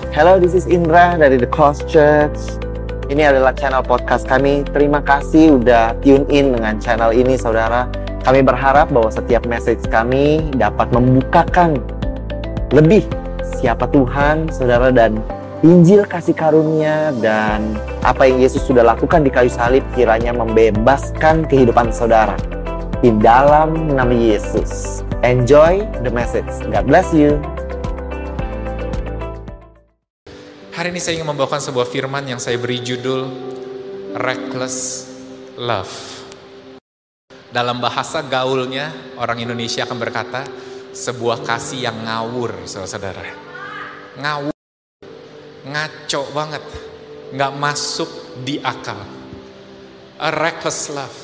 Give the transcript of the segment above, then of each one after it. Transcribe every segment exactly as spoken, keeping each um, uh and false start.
Hello, this is Indra dari The Cross Church. Ini adalah channel podcast kami. Terima kasih udah tune in dengan channel ini, saudara. Kami berharap bahwa setiap message kami dapat membukakan lebih siapa Tuhan, saudara, dan Injil kasih karunia dan apa yang Yesus sudah lakukan di kayu salib kiranya membebaskan kehidupan saudara. Di dalam nama Yesus. Enjoy the message. God bless you. Hari ini saya ingin membawakan sebuah firman yang saya beri judul Reckless Love. Dalam bahasa gaulnya, orang Indonesia akan berkata, sebuah kasih yang ngawur, saudara-saudara. Ngawur, ngaco banget, gak masuk di akal. A reckless love.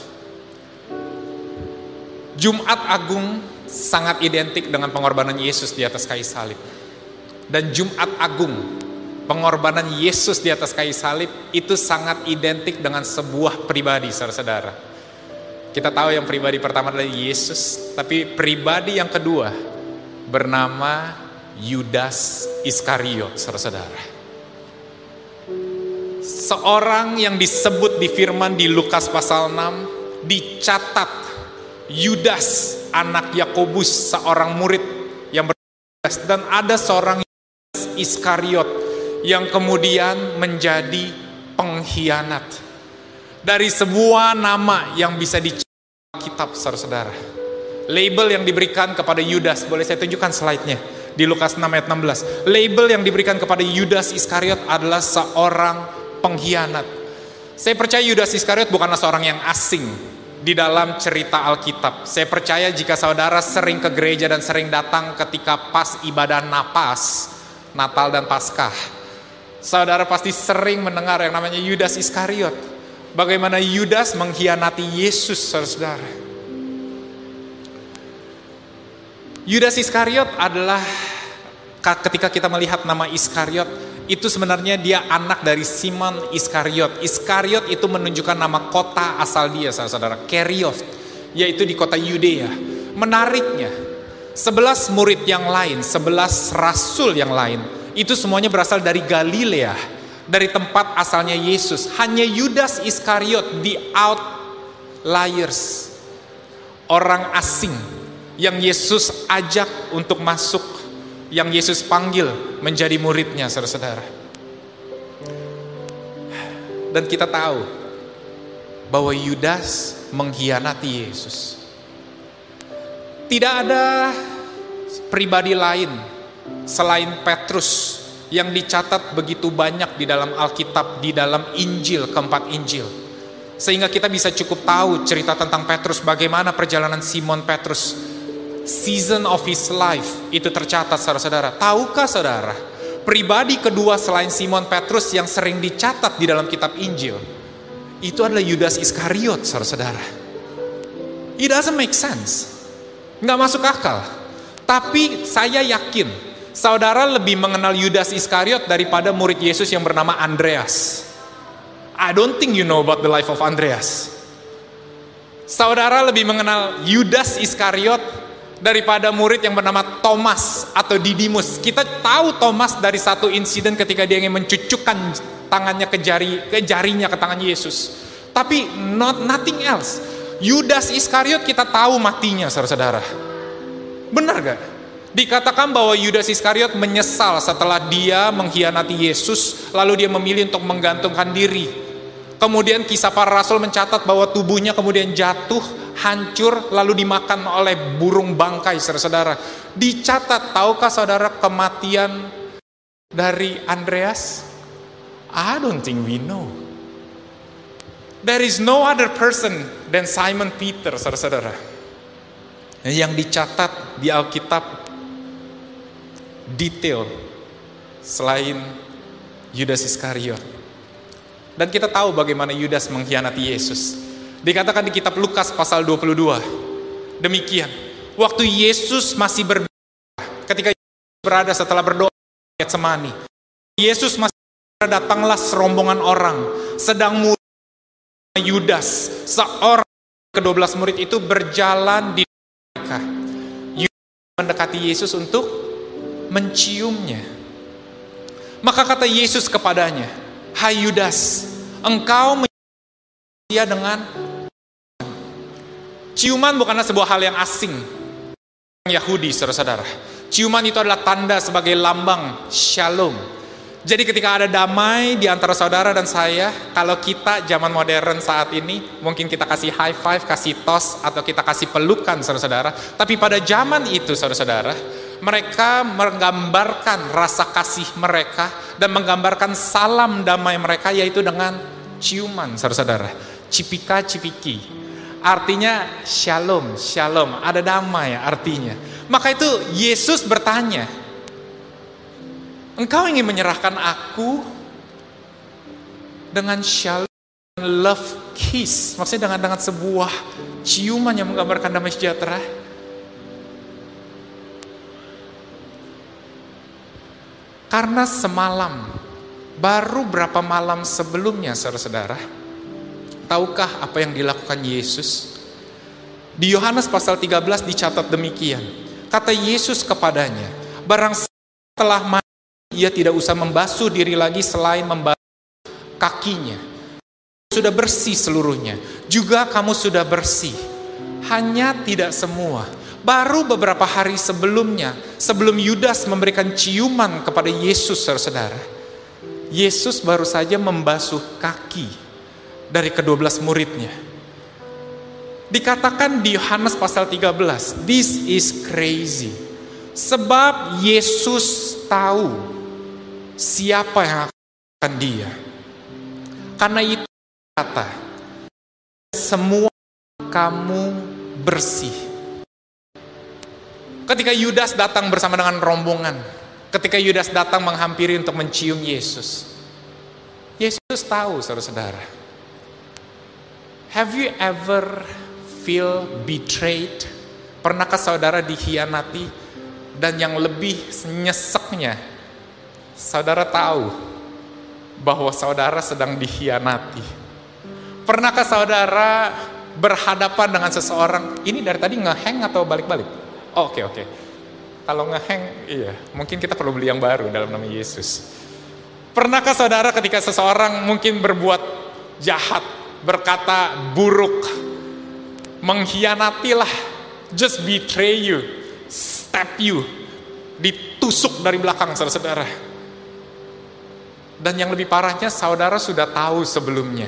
Jumat Agung sangat identik dengan pengorbanan Yesus di atas kayu salib. Dan Jumat Agung, pengorbanan Yesus di atas kayu salib itu sangat identik dengan sebuah pribadi, saudara-saudara. Kita tahu yang pribadi pertama adalah Yesus, tapi pribadi yang kedua bernama Yudas Iskariot, saudara-saudara. Seorang yang disebut di firman di Lukas pasal enam, dicatat Yudas anak Yakobus, seorang murid yang bertugas, dan ada seorang Yudas Iskariot yang kemudian menjadi pengkhianat. Dari sebuah nama yang bisa dicatat kitab, saudara-saudara. Label yang diberikan kepada Yudas, boleh saya tunjukkan slide-nya di Lukas enam ayat enam belas. Label yang diberikan kepada Yudas Iskariot adalah seorang pengkhianat. Saya percaya Yudas Iskariot bukanlah seorang yang asing di dalam cerita Alkitab. Saya percaya jika saudara sering ke gereja dan sering datang ketika pas ibadah napas, Natal dan Paskah, saudara pasti sering mendengar yang namanya Yudas Iskariot. Bagaimana Yudas mengkhianati Yesus, saudara. Yudas Iskariot adalah, ketika kita melihat nama Iskariot, itu sebenarnya dia anak dari Simon Iskariot. Iskariot itu menunjukkan nama kota asal dia, saudara, Kerios, yaitu di kota Yudea. Menariknya, sebelas murid yang lain, sebelas rasul yang lain, itu semuanya berasal dari Galilea, dari tempat asalnya Yesus. Hanya Yudas Iskariot, the outliers, orang asing yang Yesus ajak untuk masuk, yang Yesus panggil menjadi muridnya, saudara-saudara. Dan kita tahu bahwa Yudas mengkhianati Yesus. Tidak ada pribadi lain selain Petrus yang dicatat begitu banyak di dalam Alkitab, di dalam Injil, keempat Injil. Sehingga kita bisa cukup tahu cerita tentang Petrus, bagaimana perjalanan Simon Petrus. Season of his life itu tercatat, saudara-saudara. Tahukah saudara, pribadi kedua selain Simon Petrus yang sering dicatat di dalam kitab Injil, itu adalah Yudas Iskariot, saudara-saudara. It doesn't make sense. Nggak masuk akal. Tapi saya yakin saudara lebih mengenal Yudas Iskariot daripada murid Yesus yang bernama Andreas. I don't think you know about the life of Andreas. Saudara lebih mengenal Yudas Iskariot daripada murid yang bernama Thomas atau Didimus. Kita tahu Thomas dari satu insiden ketika dia ingin mencucukkan tangannya ke jari, ke jarinya ke tangan Yesus. Tapi not nothing else. Yudas Iskariot kita tahu matinya, saudara-saudara. Benar gak? Dikatakan bahwa Yudas Iskariot menyesal setelah dia mengkhianati Yesus, lalu dia memilih untuk menggantungkan diri. Kemudian kisah para rasul mencatat bahwa tubuhnya kemudian jatuh, hancur, lalu dimakan oleh burung bangkai, saudara-saudara. Dicatat, tahukah saudara kematian dari Andreas? I don't think we know. There is no other person than Simon Peter, saudara-saudara, yang dicatat di Alkitab detail selain Yudas Iskariot. Dan kita tahu bagaimana Yudas mengkhianati Yesus. Dikatakan di kitab Lukas pasal dua puluh dua, demikian, waktu Yesus masih berdoa, ketika Yesus berada setelah berdoa di Getsemani, Yesus masih berada, datanglah serombongan orang, sedang murid Yudas, seorang kedua belas murid itu berjalan di mereka. Yudas mendekati Yesus untuk menciumnya. Maka kata Yesus kepadanya, "Hai Yudas, engkau mencium dia dengan..." Ciuman bukanlah sebuah hal yang asing Yahudi, saudara-saudara. Ciuman itu adalah tanda sebagai lambang shalom. Jadi ketika ada damai di antara saudara dan saya, kalau kita zaman modern saat ini, mungkin kita kasih high five, kasih tos, atau kita kasih pelukan, saudara-saudara. Tapi pada zaman itu, saudara-saudara, mereka menggambarkan rasa kasih mereka dan menggambarkan salam damai mereka, yaitu dengan ciuman, saudara-saudara. Cipika-cipiki. Artinya shalom, shalom, ada damai artinya. Maka itu Yesus bertanya, "Engkau ingin menyerahkan aku dengan shalom, love kiss?" Maksudnya dengan dengan sebuah ciuman yang menggambarkan damai sejahtera. Karena semalam, baru berapa malam sebelumnya, saudara-saudara, tahukah apa yang dilakukan Yesus? Di Yohanes pasal tiga belas dicatat demikian. Kata Yesus kepadanya, "Barang telah mandi, ia tidak usah membasuh diri lagi selain membasuh kakinya. Sudah bersih seluruhnya. Juga kamu sudah bersih. Hanya tidak semua." Baru beberapa hari sebelumnya, sebelum Yudas memberikan ciuman kepada Yesus, saudara-saudara, Yesus baru saja membasuh kaki dari kedua belas muridnya. Dikatakan di Yohanes pasal tiga belas, "This is crazy." Sebab Yesus tahu siapa yang akan dia. Karena itu kata, "Semua kamu bersih." Ketika Yudas datang bersama dengan rombongan, ketika Yudas datang menghampiri untuk mencium Yesus, Yesus tahu, saudara-saudara. Have you ever feel betrayed? Pernahkah saudara dikhianati? Dan yang lebih nyeseknya, saudara tahu bahwa saudara sedang dikhianati. Pernahkah saudara berhadapan dengan seseorang, ini dari tadi ngeheng atau balik-balik? Oh, oke, oke. Kalau ngeheng, iya, mungkin kita perlu beli yang baru dalam nama Yesus. Pernahkah saudara ketika seseorang mungkin berbuat jahat, berkata buruk, mengkhianatilah, just betray you, stab you, ditusuk dari belakang, saudara-saudara. Dan yang lebih parahnya, saudara sudah tahu sebelumnya.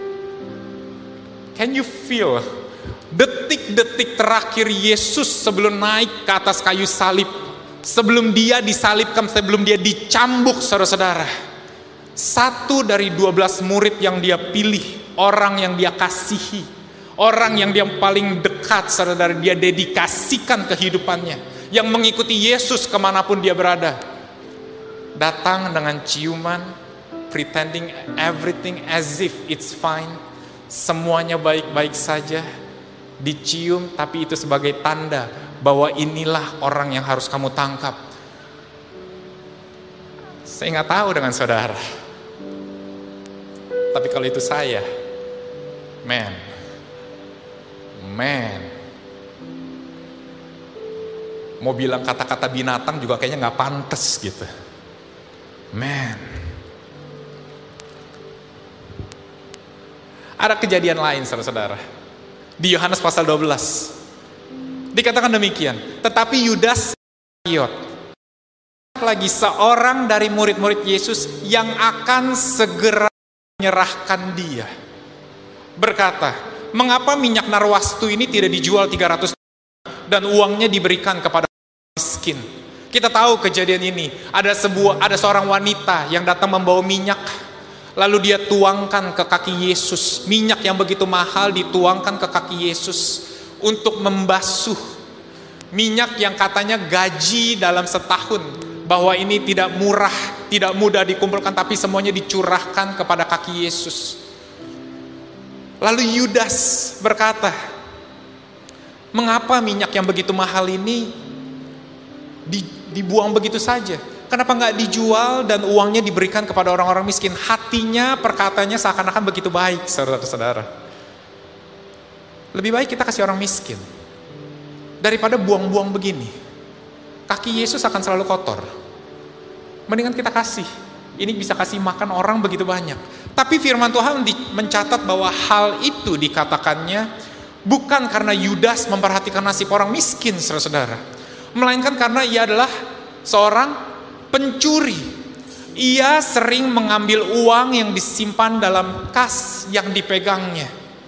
Can you feel detik-detik terakhir Yesus sebelum naik ke atas kayu salib, sebelum dia disalibkan, sebelum dia dicambuk, saudara-saudara, satu dari dua belas murid yang dia pilih, orang yang dia kasihi, orang yang dia paling dekat, saudara, dia dedikasikan kehidupannya, yang mengikuti Yesus kemanapun dia berada, datang dengan ciuman, pretending everything as if it's fine, semuanya baik-baik saja, dicium, tapi itu sebagai tanda bahwa inilah orang yang harus kamu tangkap. Saya nggak tahu dengan saudara, tapi kalau itu saya, man, man, mau bilang kata-kata binatang juga kayaknya nggak pantas gitu, man. Ada kejadian lain, saudara-saudara. Di Yohanes pasal dua belas dikatakan demikian, tetapi Yudas Iskariot, lagi seorang dari murid-murid Yesus yang akan segera menyerahkan dia, berkata, "Mengapa minyak narwastu ini tidak dijual tiga ratus dan uangnya diberikan kepada miskin?" Kita tahu kejadian ini, ada sebuah ada seorang wanita yang datang membawa minyak, lalu dia tuangkan ke kaki Yesus. Minyak yang begitu mahal dituangkan ke kaki Yesus untuk membasuh. Minyak yang katanya gaji dalam setahun, bahwa ini tidak murah, tidak mudah dikumpulkan, tapi semuanya dicurahkan kepada kaki Yesus. Lalu Yudas berkata, "Mengapa minyak yang begitu mahal ini dibuang begitu saja? Kenapa nggak dijual dan uangnya diberikan kepada orang-orang miskin?" Hatinya, perkataannya seakan-akan begitu baik, saudara-saudara. Lebih baik kita kasih orang miskin daripada buang-buang begini. Kaki Yesus akan selalu kotor. Mendingan kita kasih. Ini bisa kasih makan orang begitu banyak. Tapi firman Tuhan mencatat bahwa hal itu dikatakannya bukan karena Yudas memperhatikan nasib orang miskin, saudara-saudara. Melainkan karena ia adalah seorang pencuri. Ia sering mengambil uang yang disimpan dalam kas yang dipegangnya.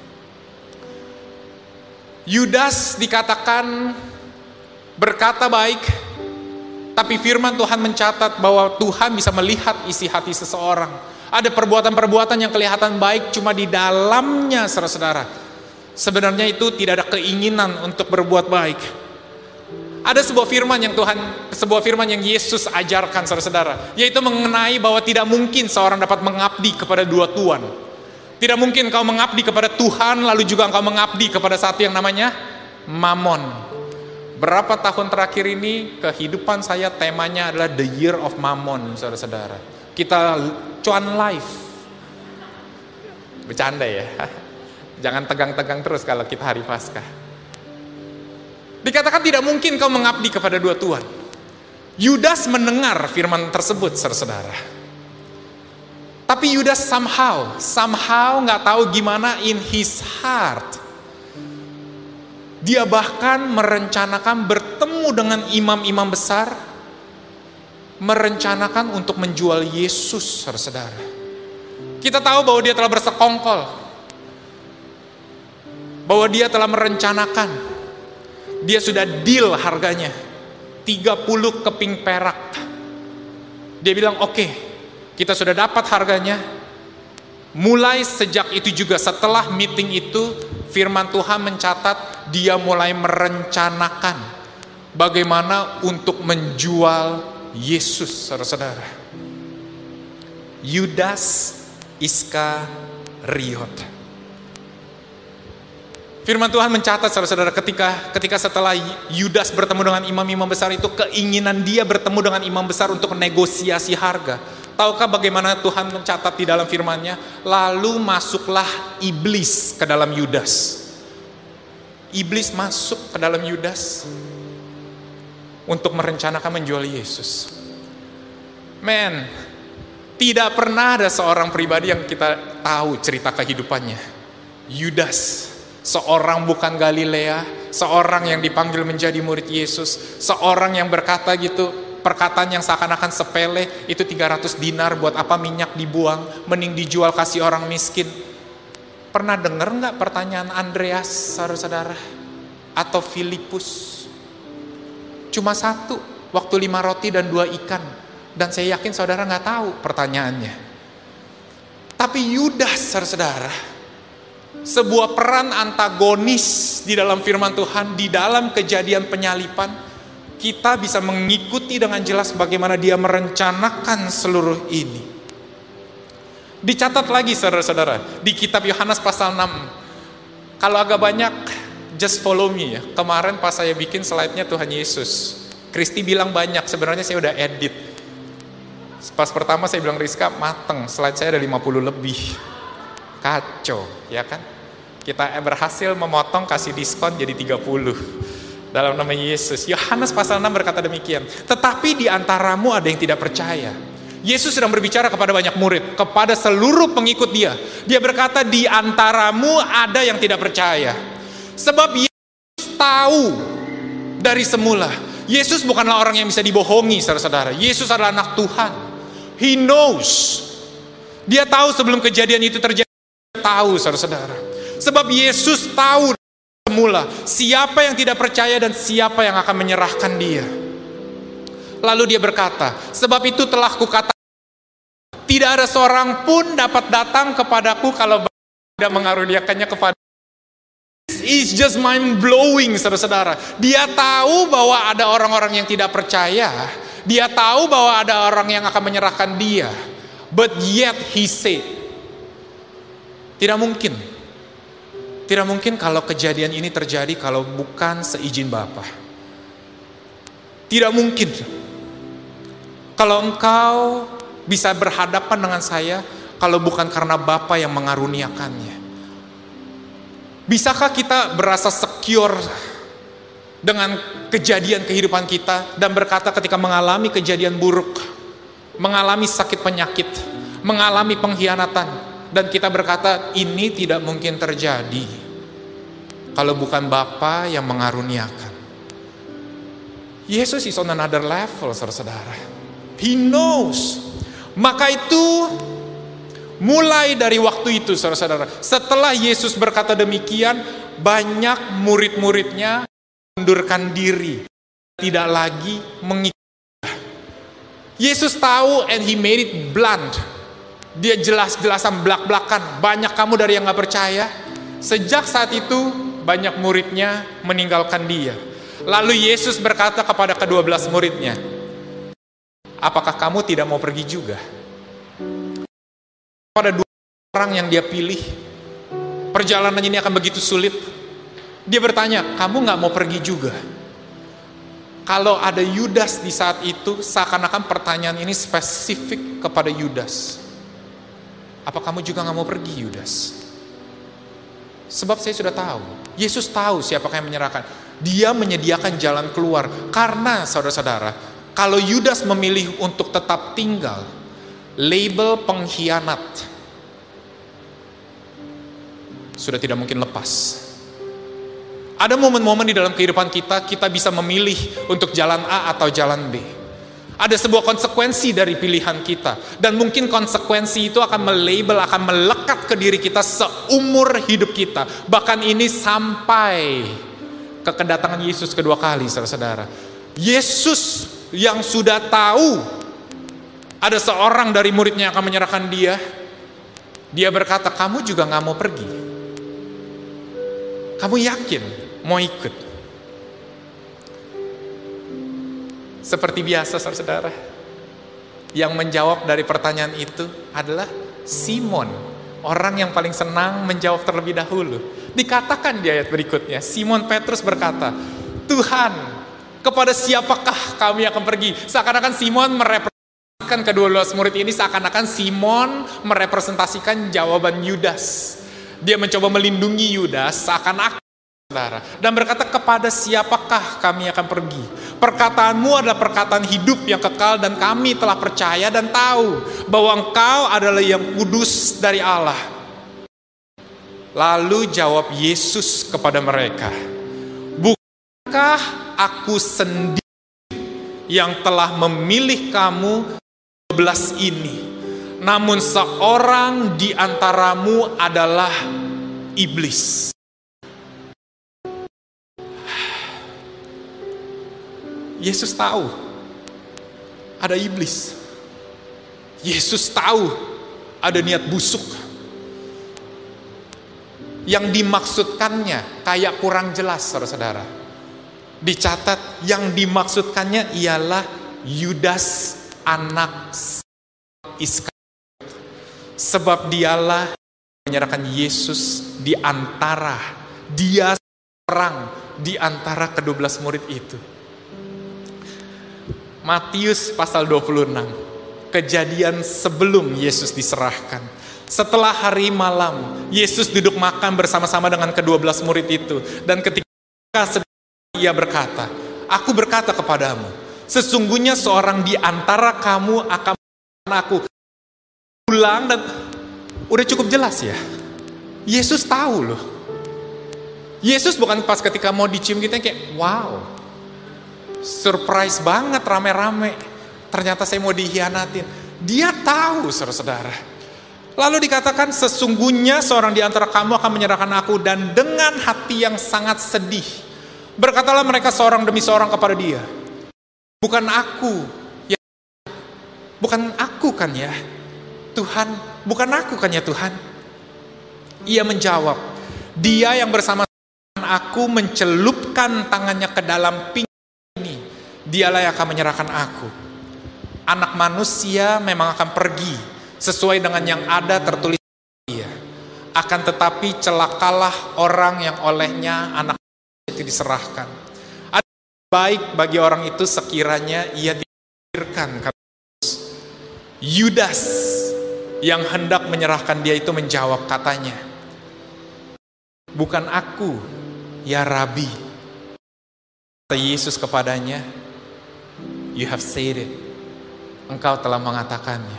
Yudas dikatakan berkata baik, tapi firman Tuhan mencatat bahwa Tuhan bisa melihat isi hati seseorang. Ada perbuatan-perbuatan yang kelihatan baik cuma di dalamnya, saudara-saudara. Sebenarnya itu tidak ada keinginan untuk berbuat baik. Ada sebuah firman yang Tuhan, sebuah firman yang Yesus ajarkan, saudara-saudara, yaitu mengenai bahwa tidak mungkin seorang dapat mengabdi kepada dua tuan. Tidak mungkin kau mengabdi kepada Tuhan lalu juga engkau mengabdi kepada satu yang namanya Mammon. Berapa tahun terakhir ini kehidupan saya temanya adalah the year of Mammon, saudara-saudara. Kita cuan life. Bercanda ya. Jangan tegang-tegang terus kalau kita hari Paskah. Dikatakan tidak mungkin kau mengabdi kepada dua tuan. Yudas mendengar firman tersebut, saudara-saudara. Tapi Yudas somehow, somehow nggak tahu gimana in his heart. Dia bahkan merencanakan bertemu dengan imam-imam besar, merencanakan untuk menjual Yesus, saudara-saudara. Kita tahu bahwa dia telah bersekongkol, bahwa dia telah merencanakan, dia sudah deal harganya, tiga puluh keping perak. Dia bilang, oke, okay, kita sudah dapat harganya. Mulai sejak itu juga, setelah meeting itu, firman Tuhan mencatat dia mulai merencanakan bagaimana untuk menjual Yesus, saudara-saudara. Yudas Iskariot. Firman Tuhan mencatat, saudara-saudara, ketika ketika setelah Yudas bertemu dengan imam-imam besar itu, keinginan dia bertemu dengan imam besar untuk negosiasi harga. Tahukah bagaimana Tuhan mencatat di dalam firman-Nya? Lalu masuklah iblis ke dalam Yudas. Iblis masuk ke dalam Yudas untuk merencanakan menjual Yesus. Men, tidak pernah ada seorang pribadi yang kita tahu cerita kehidupannya. Yudas, seorang bukan Galilea, seorang yang dipanggil menjadi murid Yesus, seorang yang berkata gitu, perkataan yang seakan-akan sepele, itu tiga ratus dinar buat apa minyak dibuang, mending dijual kasih orang miskin. Pernah dengar nggak pertanyaan Andreas, saudara-saudara? Atau Filipus? Cuma satu, waktu lima roti dan dua ikan. Dan saya yakin saudara nggak tahu pertanyaannya. Tapi Yudas, saudara-saudara, sebuah peran antagonis di dalam firman Tuhan, di dalam kejadian penyalipan, kita bisa mengikuti dengan jelas bagaimana dia merencanakan seluruh ini. Dicatat lagi, saudara-saudara, di kitab Yohanes pasal enam. Kalau agak banyak, just follow me ya. Kemarin pas saya bikin slide-nya Tuhan Yesus, Kristi bilang banyak, sebenarnya saya udah edit. Pas pertama saya bilang, Rizka mateng, slide saya ada lima puluh lebih. Kacau, ya kan? Kita berhasil memotong, kasih diskon jadi tiga puluh. Dalam nama Yesus. Yohanes pasal enam berkata demikian. Tetapi di antaramu ada yang tidak percaya. Yesus sedang berbicara kepada banyak murid, kepada seluruh pengikut dia. Dia berkata, di antaramu ada yang tidak percaya. Sebab Yesus tahu dari semula. Yesus bukanlah orang yang bisa dibohongi, saudara-saudara. Yesus adalah anak Tuhan. He knows. Dia tahu sebelum kejadian itu terjadi. Dia tahu, saudara-saudara. Sebab Yesus tahu semula siapa yang tidak percaya dan siapa yang akan menyerahkan dia. Lalu dia berkata, sebab itu telah kukatakan, tidak ada seorang pun dapat datang kepadaku kalau tidak mengaruniakannya kepada. It's just mind blowing, saudara-saudara. Dia tahu bahwa ada orang-orang yang tidak percaya. Dia tahu bahwa ada orang yang akan menyerahkan dia. But yet he said, tidak mungkin. Tidak mungkin kalau kejadian ini terjadi kalau bukan seizin Bapa. Tidak mungkin. Kalau engkau bisa berhadapan dengan saya, kalau bukan karena Bapa yang mengaruniakannya. Bisakah kita berasa secure dengan kejadian kehidupan kita dan berkata ketika mengalami kejadian buruk, mengalami sakit penyakit, mengalami pengkhianatan, dan kita berkata ini tidak mungkin terjadi kalau bukan Bapa yang mengaruniakan. Yesus is on another level, saudara-saudara. He knows. Maka itu mulai dari waktu itu, saudara-saudara, setelah Yesus berkata demikian, banyak murid-muridnya mundurkan diri, tidak lagi mengikuti. Yesus tahu, and he made it blunt. Dia jelas-jelasan belak-belakan. Banyak kamu dari yang gak percaya. Sejak saat itu banyak muridnya meninggalkan dia. Lalu Yesus berkata kepada kedua belas muridnya, apakah kamu tidak mau pergi juga? Pada dua orang yang dia pilih, perjalanan ini akan begitu sulit. Dia bertanya, kamu gak mau pergi juga? Kalau ada Yudas di saat itu, seakan-akan pertanyaan ini spesifik kepada Yudas. Apa kamu juga gak mau pergi, Yudas? Sebab saya sudah tahu, Yesus tahu siapakah yang menyerahkan. Dia menyediakan jalan keluar. Karena saudara-saudara, kalau Yudas memilih untuk tetap tinggal, label pengkhianat sudah tidak mungkin lepas. Ada momen-momen di dalam kehidupan kita, kita bisa memilih untuk jalan A atau jalan B. Ada sebuah konsekuensi dari pilihan kita. Dan mungkin konsekuensi itu akan melabel, akan melekat ke diri kita seumur hidup kita. Bahkan ini sampai ke kedatangan Yesus kedua kali, saudara-saudara. Yesus yang sudah tahu ada seorang dari muridnya yang akan menyerahkan dia. Dia berkata, kamu juga gak mau pergi? Kamu yakin mau ikut? Seperti biasa, saudara-saudara, yang menjawab dari pertanyaan itu adalah Simon, orang yang paling senang menjawab terlebih dahulu. Dikatakan di ayat berikutnya, Simon Petrus berkata, Tuhan, kepada siapakah kami akan pergi? Seakan-akan Simon merepresentasikan kedua belas murid ini, seakan-akan Simon merepresentasikan jawaban Yudas. Dia mencoba melindungi Yudas, seakan-akan, saudara, dan berkata, kepada siapakah kami akan pergi? Perkataanmu adalah perkataan hidup yang kekal, dan kami telah percaya dan tahu bahwa engkau adalah yang kudus dari Allah. Lalu jawab Yesus kepada mereka, bukankah aku sendiri yang telah memilih kamu dua belas ini? Namun seorang di antaramu adalah iblis. Yesus tahu ada iblis. Yesus tahu ada niat busuk. Yang dimaksudkannya kayak kurang jelas, saudara-saudara. Dicatat, yang dimaksudkannya ialah Yudas anak Iskariot. Sebab dialah menyerahkan Yesus di antara, dia seorang di antara kedua belas murid itu. Matius pasal dua puluh enam, kejadian sebelum Yesus diserahkan. Setelah hari malam, Yesus duduk makan bersama-sama dengan kedua belas murid itu. Dan ketika ia berkata, aku berkata kepadamu, sesungguhnya seorang di antara kamu akan aku. Ulang, dan udah cukup jelas ya. Yesus tahu loh. Yesus bukan pas ketika mau dicium kita kayak, wow, surprise banget, rame-rame. Ternyata saya mau dikhianatin. Dia tahu, saudara-saudara. Lalu dikatakan, sesungguhnya seorang di antara kamu akan menyerahkan aku. Dan dengan hati yang sangat sedih, berkatalah mereka seorang demi seorang kepada dia, bukan aku, ya, bukan aku kan ya Tuhan, bukan aku kan ya Tuhan. Ia menjawab, dia yang bersama aku mencelupkan tangannya ke dalam pinggang ini, dialah yang akan menyerahkan aku. Anak manusia memang akan pergi sesuai dengan yang ada tertulis dia. Akan tetapi celakalah orang yang olehnya anak itu diserahkan. Ada baik bagi orang itu sekiranya ia dipikirkan. Yudas yang hendak menyerahkan dia itu menjawab, katanya, bukan aku ya Rabi. Kata Yesus kepadanya, you have said it. engkau telah mengatakannya.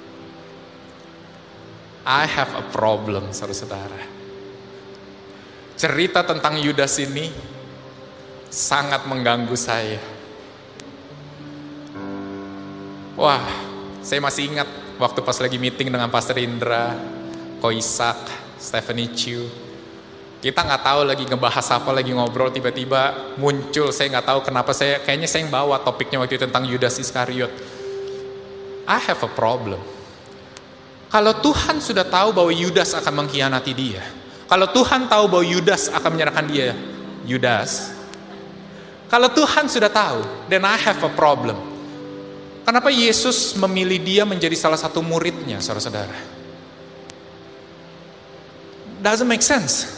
I have a problem, saudara-saudara. Cerita tentang Yudas ini sangat mengganggu saya. Wah, saya masih ingat waktu pas lagi meeting dengan Pastor Indra, Ko Ishak, Stephanie Chu. Kita nggak tahu lagi ngebahas apa, lagi ngobrol, tiba-tiba muncul, saya nggak tahu kenapa, saya kayaknya saya yang bawa topiknya waktu itu tentang Yudas Iskariot. I have a problem. Kalau Tuhan sudah tahu bahwa Yudas akan mengkhianati dia, kalau Tuhan tahu bahwa Yudas akan menyerahkan dia, Yudas, kalau Tuhan sudah tahu, then I have a problem. Kenapa Yesus memilih dia menjadi salah satu muridnya, saudara-saudara? Doesn't make sense.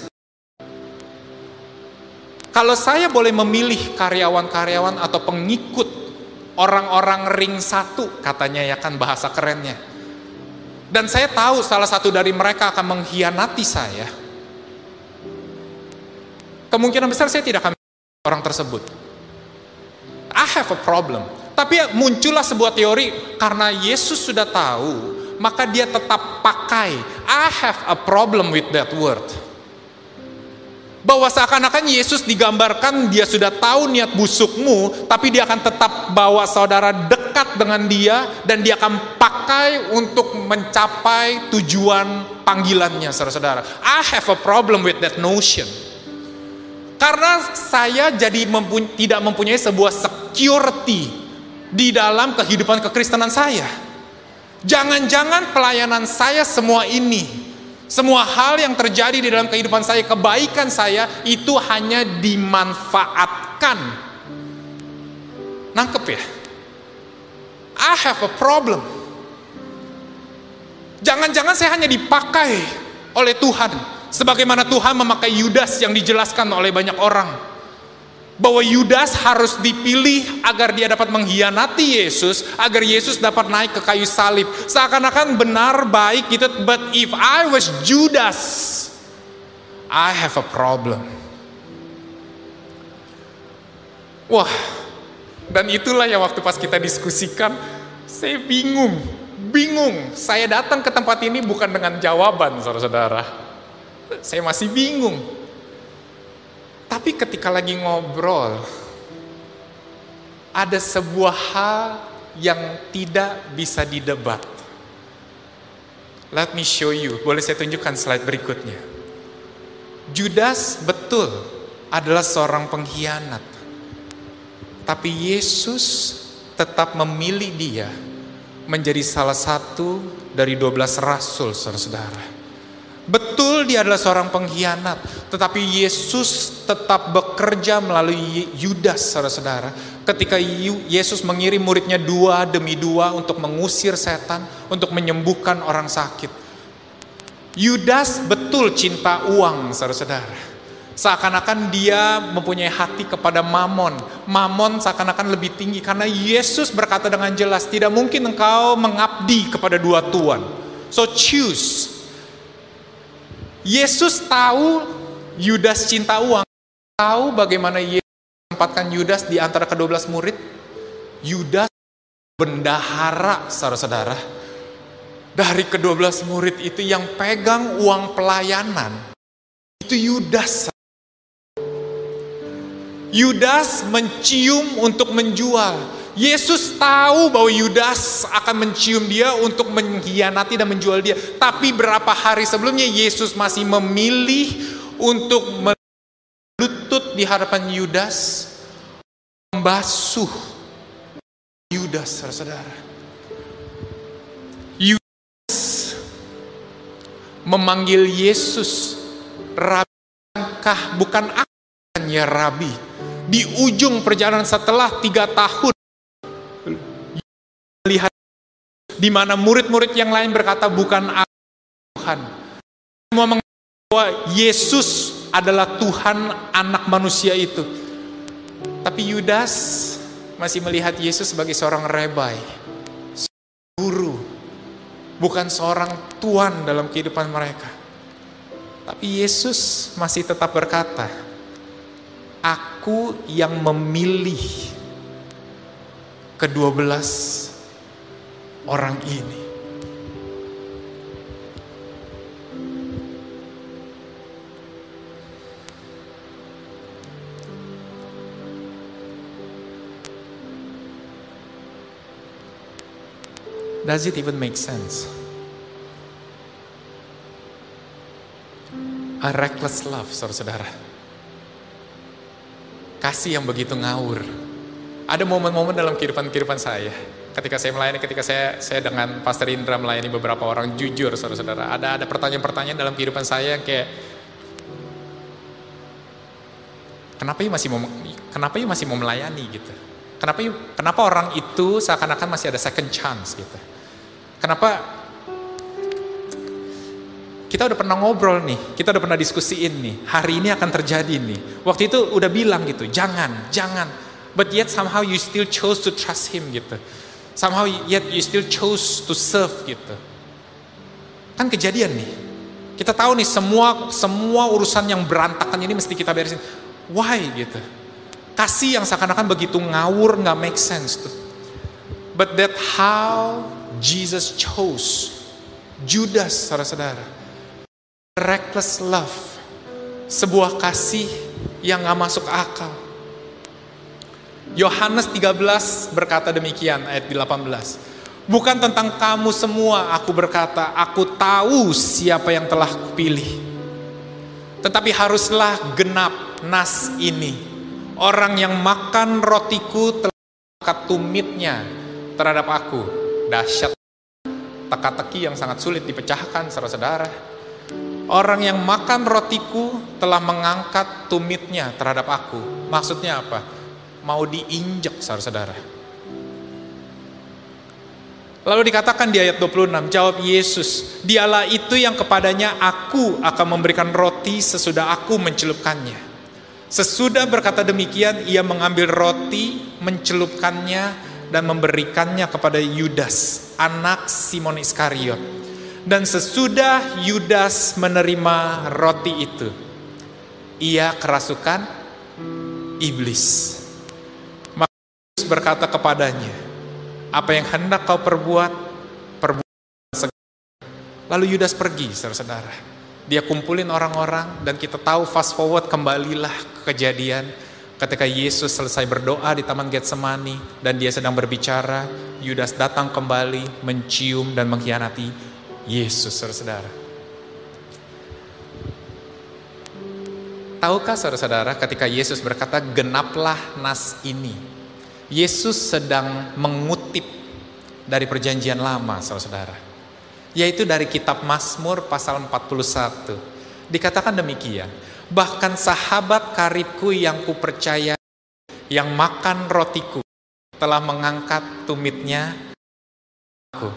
Kalau saya boleh memilih karyawan-karyawan atau pengikut orang-orang ring satu, katanya ya kan bahasa kerennya, dan saya tahu salah satu dari mereka akan mengkhianati saya, kemungkinan besar saya tidak akan memilih orang tersebut. I have a problem. Tapi muncullah sebuah teori, karena Yesus sudah tahu, maka dia tetap pakai I have a problem with that word. Bahwa seakan-akan Yesus digambarkan dia sudah tahu niat busukmu, tapi dia akan tetap bawa saudara dekat dengan dia, dan dia akan pakai untuk mencapai tujuan panggilannya, saudara-saudara. I have a problem with that notion. Karena saya jadi mempu- tidak mempunyai sebuah security di dalam kehidupan kekristenan saya. Jangan-jangan pelayanan saya semua ini, semua hal yang terjadi di dalam kehidupan saya, kebaikan saya, itu hanya dimanfaatkan. Nangkep ya? I have a problem. Jangan-jangan saya hanya dipakai oleh Tuhan, sebagaimana Tuhan memakai Yudas yang dijelaskan oleh banyak orang, bahwa Yudas harus dipilih agar dia dapat mengkhianati Yesus, agar Yesus dapat naik ke kayu salib. Seakan-akan benar, baik gitu, but if I was Judas, I have a problem. Wah, dan itulah yang waktu pas kita diskusikan, saya bingung, bingung. Saya datang ke tempat ini bukan dengan jawaban, saudara-saudara. Saya masih bingung. Tapi ketika lagi ngobrol, ada sebuah hal yang tidak bisa didebat. Let me show you. Boleh saya tunjukkan slide berikutnya. Judas betul adalah seorang pengkhianat, tapi Yesus tetap memilih dia menjadi salah satu dari dua belas rasul, saudara-saudara. Betul dia adalah seorang pengkhianat, tetapi Yesus tetap bekerja melalui Yudas, saudara-saudara. Ketika Yesus mengirim muridnya dua demi dua untuk mengusir setan, untuk menyembuhkan orang sakit. Yudas betul cinta uang, saudara-saudara. Seakan-akan dia mempunyai hati kepada Mamon. Mamon seakan-akan lebih tinggi, karena Yesus berkata dengan jelas, tidak mungkin engkau mengabdi kepada dua tuan. So choose. Yesus tahu Yudas cinta uang, tahu bagaimana Yesus menempatkan Yudas di antara kedua belas murid. Yudas bendahara, saudara-saudara. Dari kedua belas murid itu yang pegang uang pelayanan, itu Yudas. Yudas mencium untuk menjual. Yesus tahu bahwa Yudas akan mencium dia untuk mengkhianati dan menjual dia. Tapi berapa hari sebelumnya Yesus masih memilih untuk melutut di hadapan Yudas, membasuh Yudas, saudara. Yudas memanggil Yesus Rabi, bukan akan ya Rabi. Di ujung perjalanan setelah tiga tahun, lihat di mana murid-murid yang lain berkata bukan aku Tuhan. Semua mengatakan bahwa Yesus adalah Tuhan anak manusia itu. Tapi Yudas masih melihat Yesus sebagai seorang rabai, seorang guru, bukan seorang tuan dalam kehidupan mereka. Tapi Yesus masih tetap berkata, aku yang memilih kedua belas orang ini. Does it even make sense? A reckless love, saudara-saudara. Kasih yang begitu ngawur. Ada momen-momen dalam kehidupan-kehidupan saya, ketika saya melayani, ketika saya saya dengan Pastor Indra melayani beberapa orang, jujur saudara-saudara, ada ada pertanyaan-pertanyaan dalam kehidupan saya yang kayak, kenapa you masih mau kenapa you masih mau melayani gitu? Kenapa you, kenapa orang itu seakan-akan masih ada second chance gitu? Kenapa kita udah pernah ngobrol nih, kita udah pernah diskusiin nih, hari ini akan terjadi nih. Waktu itu udah bilang gitu, jangan, jangan. But yet somehow you still chose to trust him gitu. Somehow yet you still chose to serve gitu. Kan kejadian nih. Kita tahu nih semua semua urusan yang berantakan ini mesti kita beresin. Why gitu? Kasih yang seakan-akan begitu ngawur, nggak make sense tuh. But that how Jesus chose Judas, saudara-saudara. Reckless love, sebuah kasih yang gak masuk akal. Yohanes tiga belas berkata demikian, ayat delapan belas. Bukan tentang kamu semua aku berkata, aku tahu siapa yang telah kupilih. Tetapi haruslah genap nas ini. Orang yang makan rotiku telah angkat tumitnya terhadap aku. Dahsyat, teka-teki yang sangat sulit dipecahkan, saudara-saudara. Orang yang makan rotiku telah mengangkat tumitnya terhadap aku. Maksudnya apa? Mau diinjek, saudara-saudara. Lalu dikatakan di ayat dua puluh enam, jawab Yesus, dialah itu yang kepadanya aku akan memberikan roti sesudah aku mencelupkannya. Sesudah berkata demikian, ia mengambil roti, mencelupkannya, dan memberikannya kepada Yudas, anak Simon Iskariot. Dan sesudah Yudas menerima roti itu, ia kerasukan iblis. Maka Yesus berkata kepadanya, apa yang hendak kau perbuat, perbuat segera. Lalu Yudas pergi, saudara-saudara. Dia kumpulin orang-orang, dan kita tahu fast forward kembalilah ke kejadian. Ketika Yesus selesai berdoa di Taman Getsemani dan dia sedang berbicara, Yudas datang kembali, mencium dan mengkhianati Yesus, saudara-saudara. Tahukah saudara-saudara ketika Yesus berkata genaplah nas ini, Yesus sedang mengutip dari perjanjian lama, saudara-saudara. Yaitu dari kitab Mazmur pasal empat puluh satu. Dikatakan demikian, bahkan sahabat karibku yang kupercaya, yang makan rotiku, telah mengangkat tumitnya aku.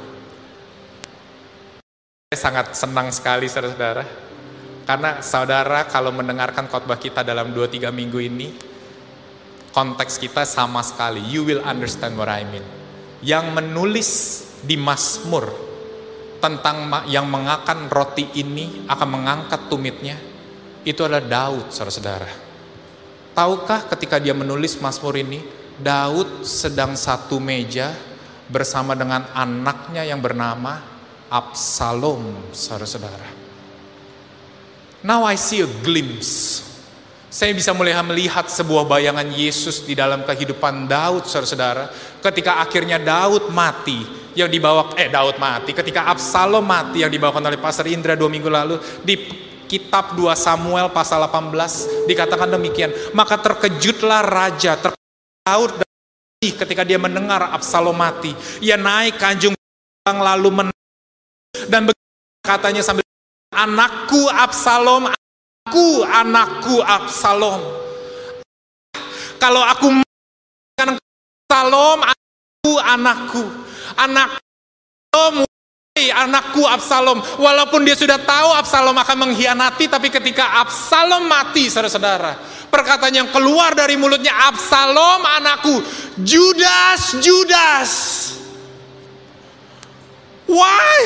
Saya sangat senang sekali, saudara-saudara. Karena saudara kalau mendengarkan khotbah kita dalam dua tiga minggu ini, konteks kita sama sekali. You will understand what I mean. Yang menulis di Mazmur tentang yang mengakan roti ini akan mengangkat tumitnya, itu adalah Daud, saudara-saudara. Tahukah ketika dia menulis Mazmur ini, Daud sedang satu meja bersama dengan anaknya yang bernama Absalom, saudara-saudara. Now I see a glimpse. Saya bisa mulai melihat sebuah bayangan Yesus di dalam kehidupan Daud, saudara-saudara. Ketika akhirnya Daud mati, yang dibawa eh Daud mati, ketika Absalom mati yang dibawakan oleh Pastor Indra dua minggu lalu di kitab dua Samuel pasal delapan belas dikatakan demikian. Maka terkejutlah raja, terkejut Daud ketika dia mendengar Absalom mati. Ia naik ke anjing lalu menangis dan katanya sambil, anakku Absalom, anakku, anakku Absalom. Kalau aku mengatakan Absalom, anakku, anakku, anakku, anakku Absalom. Walaupun dia sudah tahu Absalom akan mengkhianati, tapi ketika Absalom mati, saudara-saudara, perkataan yang keluar dari mulutnya, Absalom anakku, Judas, Judas. Why?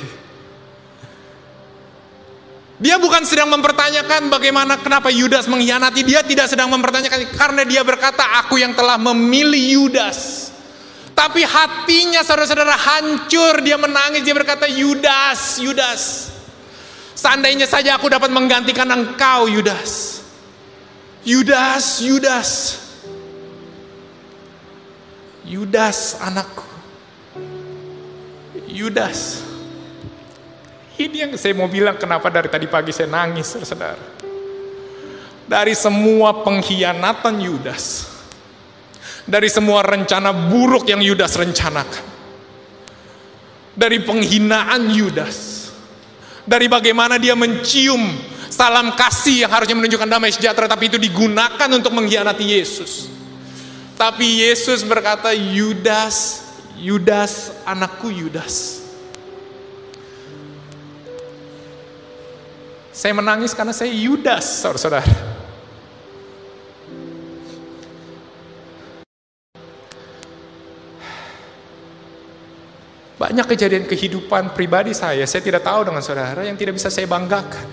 Dia bukan sedang mempertanyakan bagaimana kenapa Yudas mengkhianati. Dia tidak sedang mempertanyakan karena dia berkata, aku yang telah memilih Yudas. Tapi hatinya saudara-saudara hancur. Dia menangis, dia berkata, Yudas, Yudas, seandainya saja aku dapat menggantikan engkau, Yudas. Yudas, Yudas. Yudas anakku. Yudas. Ini yang saya mau bilang kenapa dari tadi pagi saya nangis, saudara. Dari semua pengkhianatan Yudas, dari semua rencana buruk yang Yudas rencanakan, dari penghinaan Yudas, dari bagaimana dia mencium salam kasih yang harusnya menunjukkan damai sejahtera, tapi itu digunakan untuk mengkhianati Yesus. Tapi Yesus berkata, Yudas, Yudas, anakku Yudas. Saya menangis karena saya Yudas, saudara-saudara. Banyak kejadian kehidupan pribadi saya, saya tidak tahu dengan saudara, yang tidak bisa saya banggakan.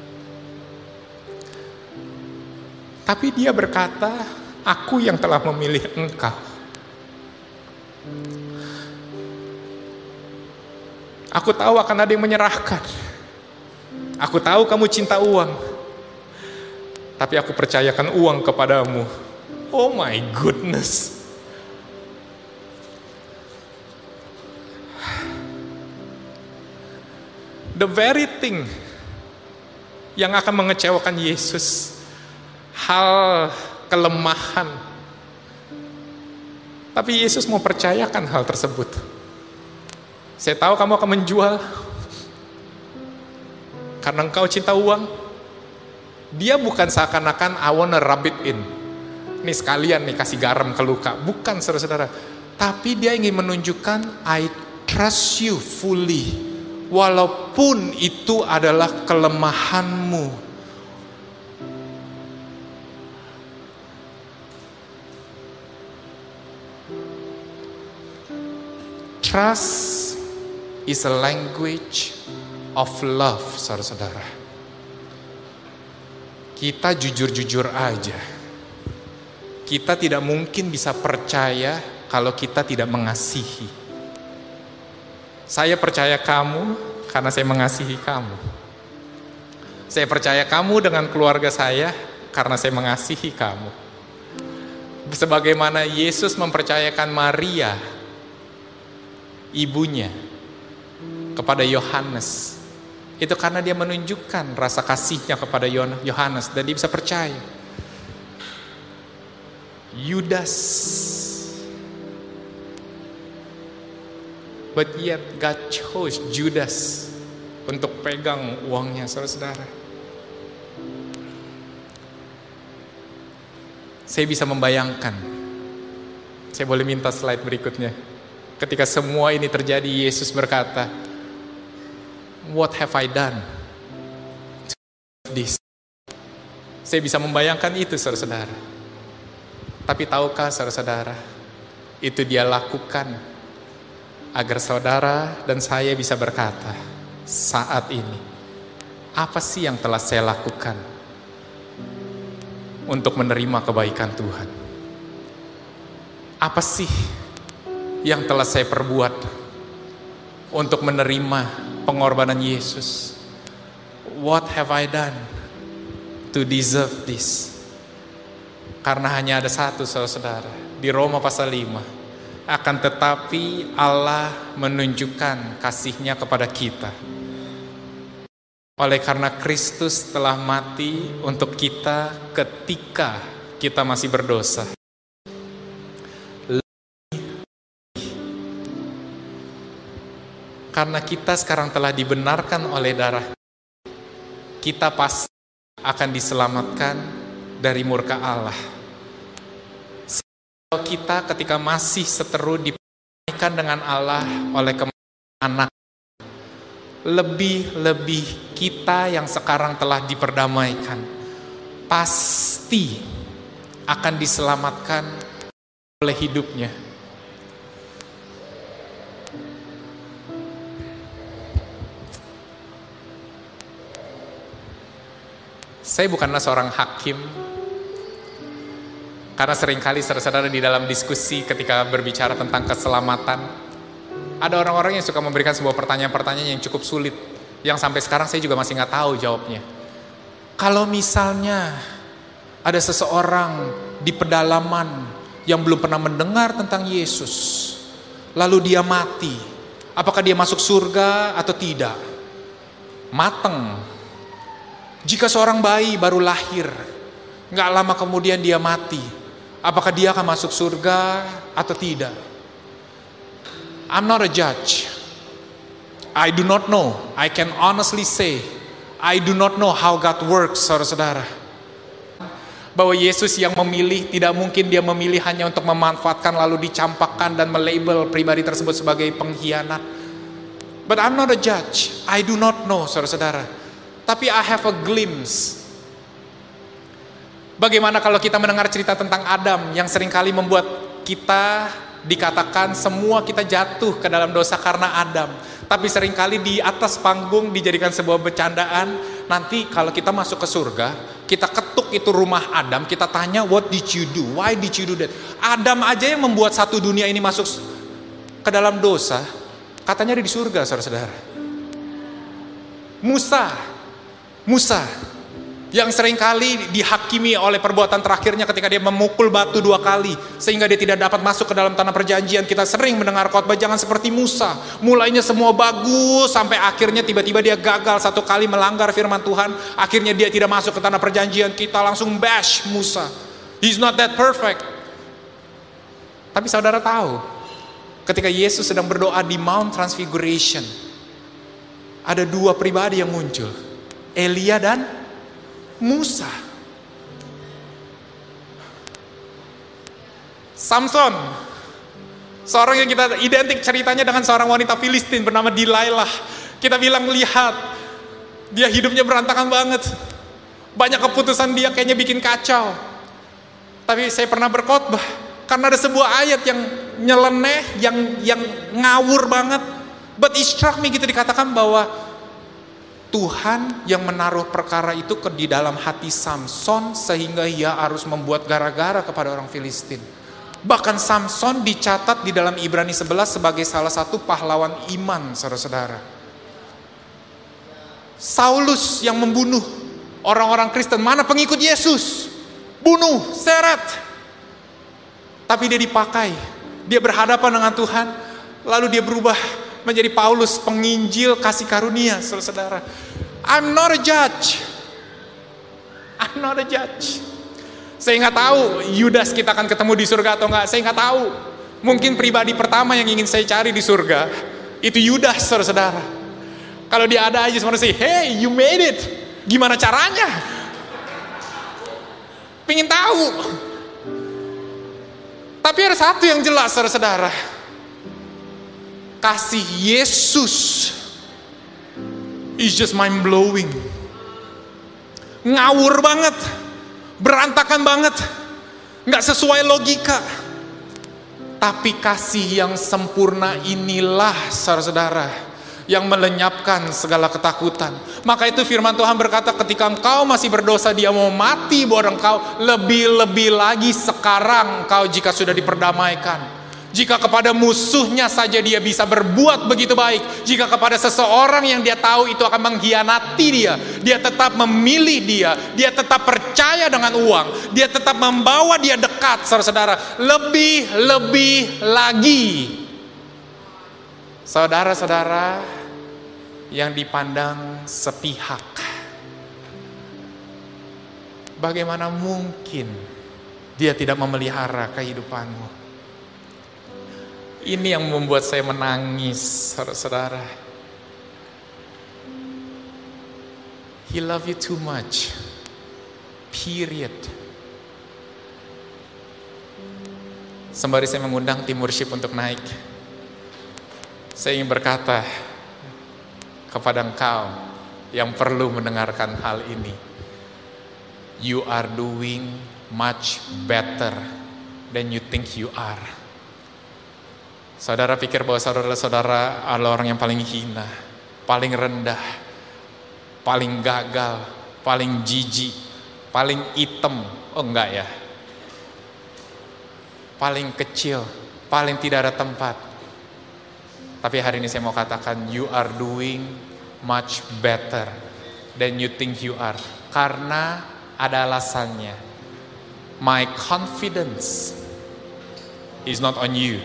Tapi dia berkata, aku yang telah memilih engkau. Aku tahu akan ada yang menyerahkan. Aku tahu kamu cinta uang. Tapi aku percayakan uang kepadamu. Oh my goodness. The very thing yang akan mengecewakan Yesus, hal kelemahan. Tapi Yesus mau percayakan hal tersebut. Saya tahu kamu akan menjual karena engkau cinta uang. Dia bukan seakan-akan I wanna rub it in. Nih sekalian nih kasih garam ke luka. Bukan, saudara-saudara. Tapi dia ingin menunjukkan I trust you fully. Walaupun itu adalah kelemahanmu. Trust is a language of love, saudara-saudara. Kita jujur-jujur aja. Kita tidak mungkin bisa percaya kalau kita tidak mengasihi. Saya percaya kamu karena saya mengasihi kamu. Saya percaya kamu dengan keluarga saya karena saya mengasihi kamu. Sebagaimana Yesus mempercayakan Maria, ibunya, kepada Yohanes. Itu karena dia menunjukkan rasa kasihnya kepada Yohanes dan dia bisa percaya. Yudas. But yet God chose Judas untuk pegang uangnya, saudara-saudara. Saya bisa membayangkan. Saya boleh minta slide berikutnya. Ketika semua ini terjadi, Yesus berkata, What have I done to this? Saya bisa membayangkan itu, saudara-saudara. Tapi tahukah saudara-saudara, itu dia lakukan agar saudara dan saya bisa berkata, saat ini, apa sih yang telah saya lakukan untuk menerima kebaikan Tuhan? Apa sih yang telah saya perbuat untuk menerima pengorbanan Yesus? What have I done to deserve this? Karena hanya ada satu, saudara-saudara, di Roma pasal lima. Akan tetapi Allah menunjukkan kasih-Nya kepada kita. Oleh karena Kristus telah mati untuk kita ketika kita masih berdosa. Karena kita sekarang telah dibenarkan oleh darah, kita pasti akan diselamatkan dari murka Allah. Kita ketika masih seteru diperdamaikan dengan Allah oleh kematian anak, lebih-lebih kita yang sekarang telah diperdamaikan pasti akan diselamatkan oleh hidupnya. Saya bukanlah seorang hakim, Karena seringkali saudara-saudara di dalam diskusi ketika berbicara tentang keselamatan, ada orang-orang yang suka memberikan sebuah pertanyaan-pertanyaan yang cukup sulit, yang sampai sekarang saya juga masih nggak tahu jawabnya. Kalau misalnya ada seseorang di pedalaman yang belum pernah mendengar tentang Yesus, lalu dia mati, apakah dia masuk surga atau tidak? Mateng. Jika seorang bayi baru lahir, nggak lama kemudian dia mati, apakah dia akan masuk surga atau tidak? I'm not a judge. I do not know. I can honestly say, I do not know how God works, saudara-saudara. Bahwa Yesus yang memilih, tidak mungkin dia memilih hanya untuk memanfaatkan lalu dicampakkan dan melabel pribadi tersebut sebagai pengkhianat. But I'm not a judge. I do not know, saudara-saudara. Tapi I have a glimpse. Bagaimana kalau kita mendengar cerita tentang Adam yang seringkali membuat kita dikatakan semua kita jatuh ke dalam dosa karena Adam. Tapi seringkali di atas panggung dijadikan sebuah bercandaan. Nanti kalau kita masuk ke surga, kita ketuk itu rumah Adam, kita tanya, what did you do? Why did you do that? Adam aja yang membuat satu dunia ini masuk ke dalam dosa, katanya ada di surga, saudara-saudara. Musa, Musa, yang seringkali dihakimi oleh perbuatan terakhirnya ketika dia memukul batu dua kali, sehingga dia tidak dapat masuk ke dalam tanah perjanjian. Kita sering mendengar khotbah, jangan seperti Musa. Mulainya semua bagus, sampai akhirnya tiba-tiba dia gagal satu kali melanggar firman Tuhan. Akhirnya dia tidak masuk ke tanah perjanjian. Kita langsung bash Musa. He's not that perfect. Tapi saudara tahu, ketika Yesus sedang berdoa di Mount Transfiguration, ada dua pribadi yang muncul, Elia dan Musa. Samson, seorang yang kita identik ceritanya dengan seorang wanita Filistin bernama Delilah. Kita bilang, lihat, dia hidupnya berantakan banget, banyak keputusan dia kayaknya bikin kacau. Tapi saya pernah berkhotbah karena ada sebuah ayat yang nyeleneh, yang yang ngawur banget. But it struck me, gitu, dikatakan bahwa Tuhan yang menaruh perkara itu ke di dalam hati Samson sehingga ia harus membuat gara-gara kepada orang Filistin. Bahkan Samson dicatat di dalam Ibrani sebelas sebagai salah satu pahlawan iman, saudara-saudara. Saulus yang membunuh orang-orang Kristen, mana pengikut Yesus? Bunuh, seret. Tapi dia dipakai, dia berhadapan dengan Tuhan, lalu dia berubah menjadi Paulus, penginjil kasih karunia, saudara-saudara. I'm not a judge. I'm not a judge. Saya nggak tahu Yudas kita akan ketemu di surga atau nggak. Saya nggak tahu. Mungkin pribadi pertama yang ingin saya cari di surga itu Yudas, saudara-saudara. Kalau dia ada aja semua sih, hey, you made it. Gimana caranya? Pengen tahu. Tapi ada satu yang jelas, saudara-saudara. Kasih Yesus is just mind blowing. Ngawur banget, berantakan banget, nggak sesuai logika. Tapi kasih yang sempurna inilah, saudara-saudara, yang melenyapkan segala ketakutan. Maka itu firman Tuhan berkata, ketika engkau masih berdosa, dia mau mati buat engkau. Lebih-lebih lagi sekarang engkau jika sudah diperdamaikan. Jika kepada musuhnya saja dia bisa berbuat begitu baik, jika kepada seseorang yang dia tahu itu akan mengkhianati dia, dia tetap memilih dia, dia tetap percaya dengan uang, dia tetap membawa dia dekat, saudara-saudara. Lebih-lebih lagi, saudara-saudara yang dipandang sepihak, bagaimana mungkin dia tidak memelihara kehidupanmu? Ini yang membuat saya menangis, saudara-saudara. He love you too much. Period. Sembari saya mengundang tim worship untuk naik, saya ingin berkata kepada engkau yang perlu mendengarkan hal ini. You are doing much better than you think you are. Saudara pikir bahwa saudara-saudara adalah orang yang paling hina, paling rendah, paling gagal, paling jijik, paling hitam. Oh enggak ya. paling kecil, paling tidak ada tempat. Tapi hari ini saya mau katakan, you are doing much better than you think you are. Karena ada alasannya. My confidence is not on you.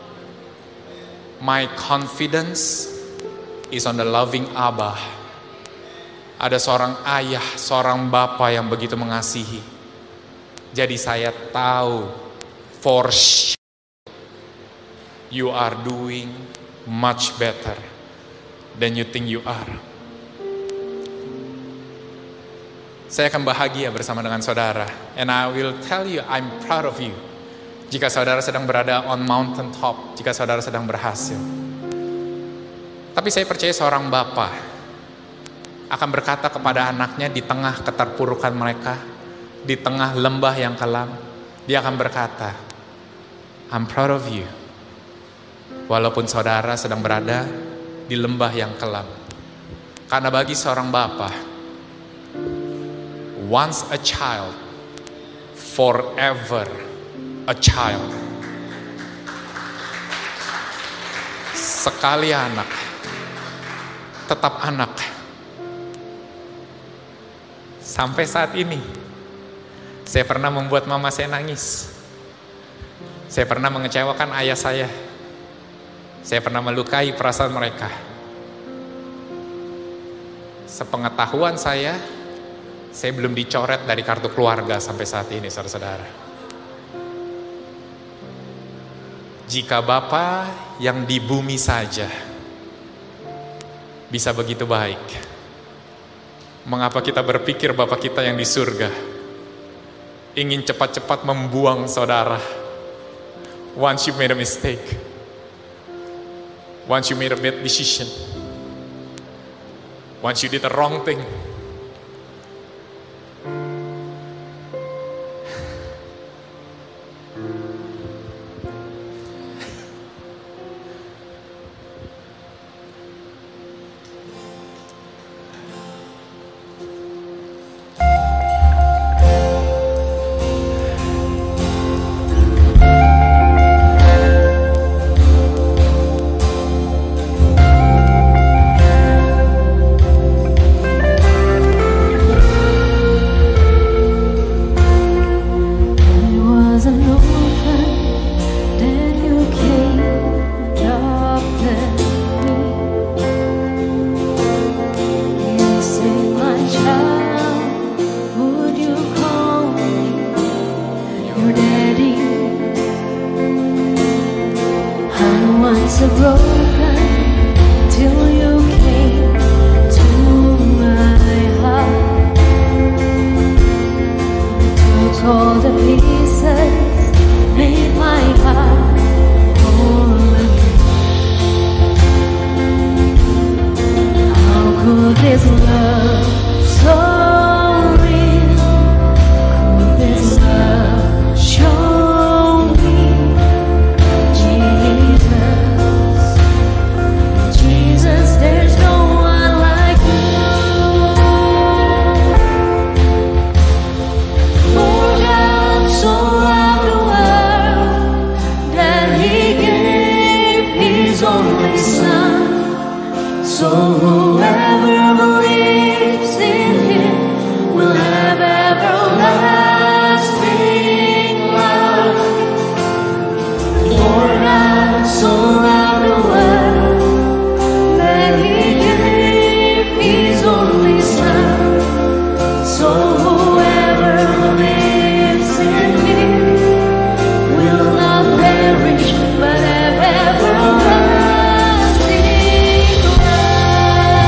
My confidence is on the loving Abba. Ada seorang ayah, seorang bapa yang begitu mengasihi. Jadi saya tahu for sure you are doing much better than you think you are. Saya akan bahagia bersama dengan saudara. And I will tell you, I'm proud of you. Jika saudara sedang berada on mountain top, jika saudara sedang berhasil. Tapi saya percaya seorang bapa akan berkata kepada anaknya di tengah keterpurukan mereka, di tengah lembah yang kelam, dia akan berkata, I'm proud of you. Walaupun saudara sedang berada di lembah yang kelam. Karena bagi seorang bapa, once a child, forever a child. Sekali anak, tetap anak. Sampai saat ini, saya pernah membuat mama saya nangis. Saya pernah mengecewakan ayah saya. Saya pernah melukai perasaan mereka. Sepengetahuan saya, saya belum dicoret dari kartu keluarga sampai saat ini, saudara-saudara. Jika Bapa yang di bumi saja bisa begitu baik, mengapa kita berpikir Bapa kita yang di surga ingin cepat-cepat membuang saudara? Once you made a mistake, once you made a bad decision, once you did the wrong thing, but have everlasting love.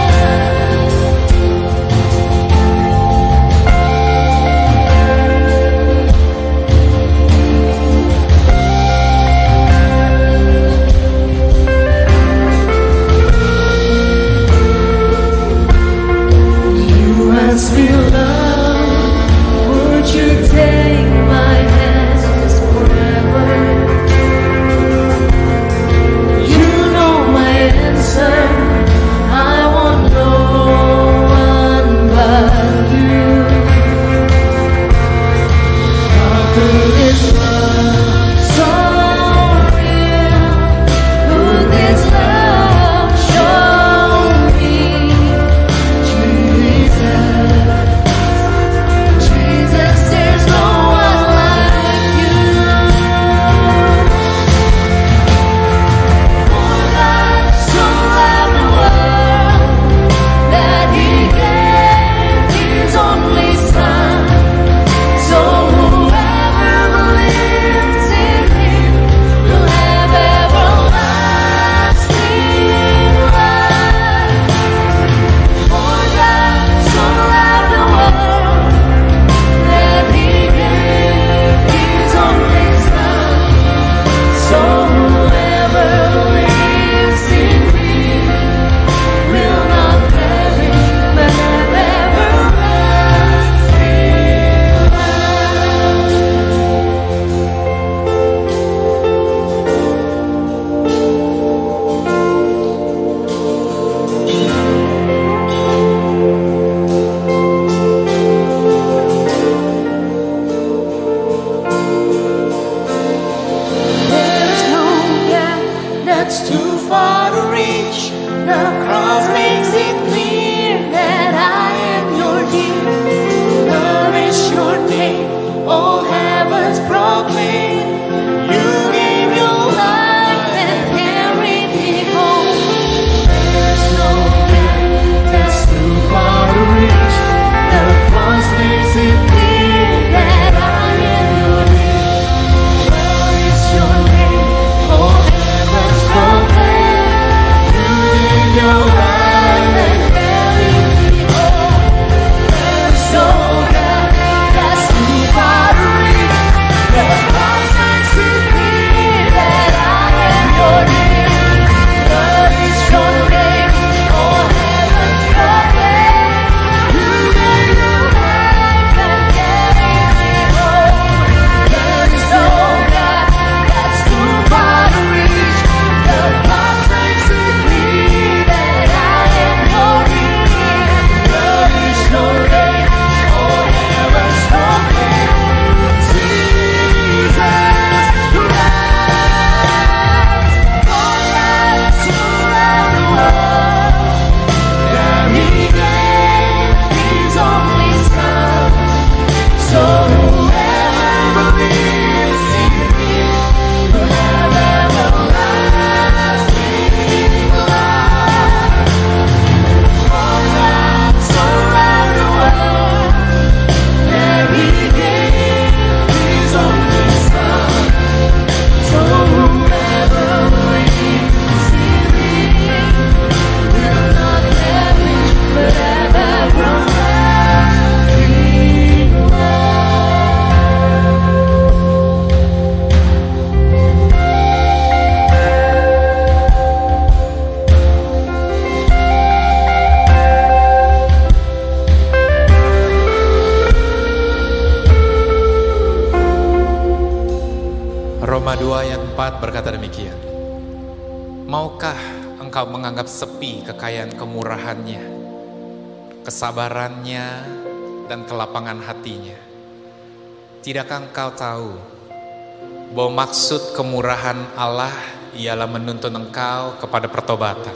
empat berkata demikian. Maukah engkau menganggap sepi kekayaan kemurahannya, kesabarannya, dan kelapangan hatinya? Tidakkah engkau tahu bahwa maksud kemurahan Allah ialah menuntun engkau kepada pertobatan?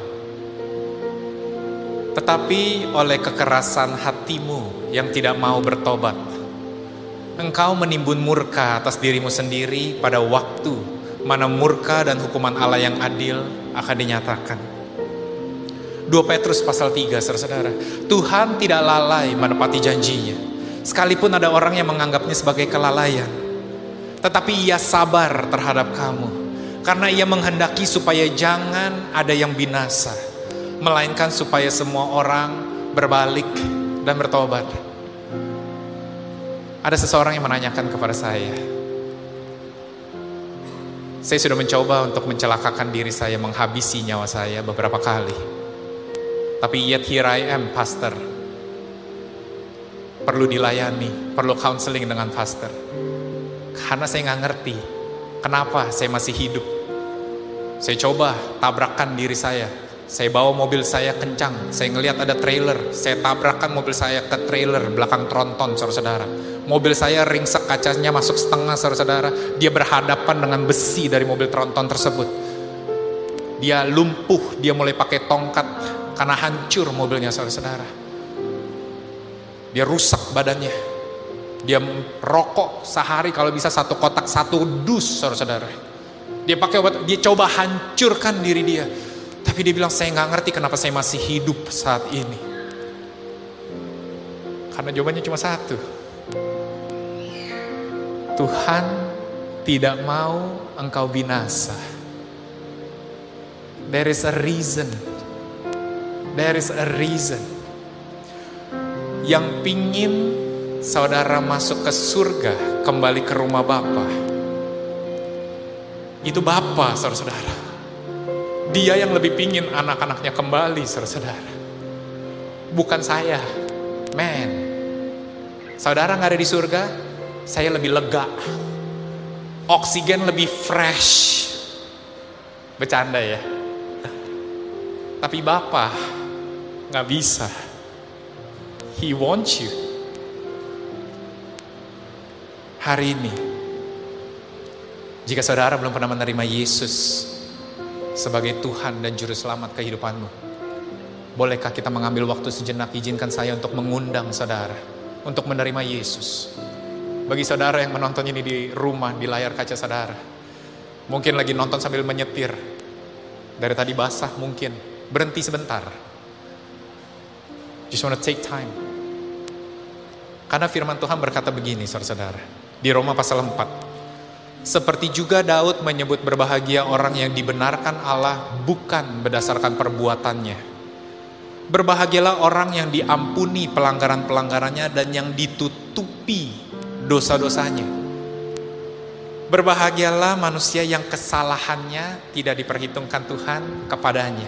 Tetapi oleh kekerasan hatimu yang tidak mau bertobat, engkau menimbun murka atas dirimu sendiri pada waktu mana murka dan hukuman Allah yang adil akan dinyatakan. dua Petrus pasal tiga, saudara-saudara. Tuhan tidak lalai menepati janjinya, sekalipun ada orang yang menganggapnya sebagai kelalaian. Tetapi ia sabar terhadap kamu, karena ia menghendaki supaya jangan ada yang binasa, melainkan supaya semua orang berbalik dan bertobat. Ada seseorang yang menanyakan kepada saya, saya sudah mencoba untuk mencelakakan diri saya, menghabisi nyawa saya beberapa kali. Tapi yet here I am, pastor. Perlu dilayani, perlu counseling dengan pastor. Karena saya nggak ngerti kenapa saya masih hidup. Saya coba tabrakan diri saya. Saya bawa mobil saya kencang, saya ngelihat ada trailer, saya tabrakkan mobil saya ke trailer belakang tronton, saudara-saudara. Mobil saya ringsek, kacanya masuk setengah, saudara-saudara. Dia berhadapan dengan besi dari mobil tronton tersebut. Dia lumpuh, dia mulai pakai tongkat karena hancur mobilnya, saudara-saudara. Dia rusak badannya. Dia rokok sehari kalau bisa satu kotak, satu dus, saudara-saudara. Dia pakai obat, dia coba hancurkan diri dia. Tapi dia bilang, saya gak ngerti kenapa saya masih hidup saat ini. Karena jawabannya cuma satu. Tuhan tidak mau engkau binasa. There is a reason. There is a reason. Yang pingin saudara masuk ke surga, kembali ke rumah Bapa, itu Bapa, saudara-saudara. Dia yang lebih pingin anak-anaknya kembali, saudara-saudara. Bukan saya. Man, saudara gak ada di surga, saya lebih lega. Oksigen lebih fresh. Bercanda ya. Tapi Bapa gak bisa. He wants you. Hari ini, jika saudara belum pernah menerima Yesus sebagai Tuhan dan Juru Selamat kehidupanmu, bolehkah kita mengambil waktu sejenak? Izinkan saya untuk mengundang saudara untuk menerima Yesus. Bagi saudara yang menonton ini di rumah, di layar kaca saudara, mungkin lagi nonton sambil menyetir, dari tadi basah mungkin, berhenti sebentar. Just wanna take time. Karena firman Tuhan berkata begini, saudara-saudara, di Roma pasal empat. Seperti juga Daud menyebut berbahagia orang yang dibenarkan Allah bukan berdasarkan perbuatannya. Berbahagialah orang yang diampuni pelanggaran-pelanggarannya dan yang ditutupi dosa-dosanya. Berbahagialah manusia yang kesalahannya tidak diperhitungkan Tuhan kepadanya.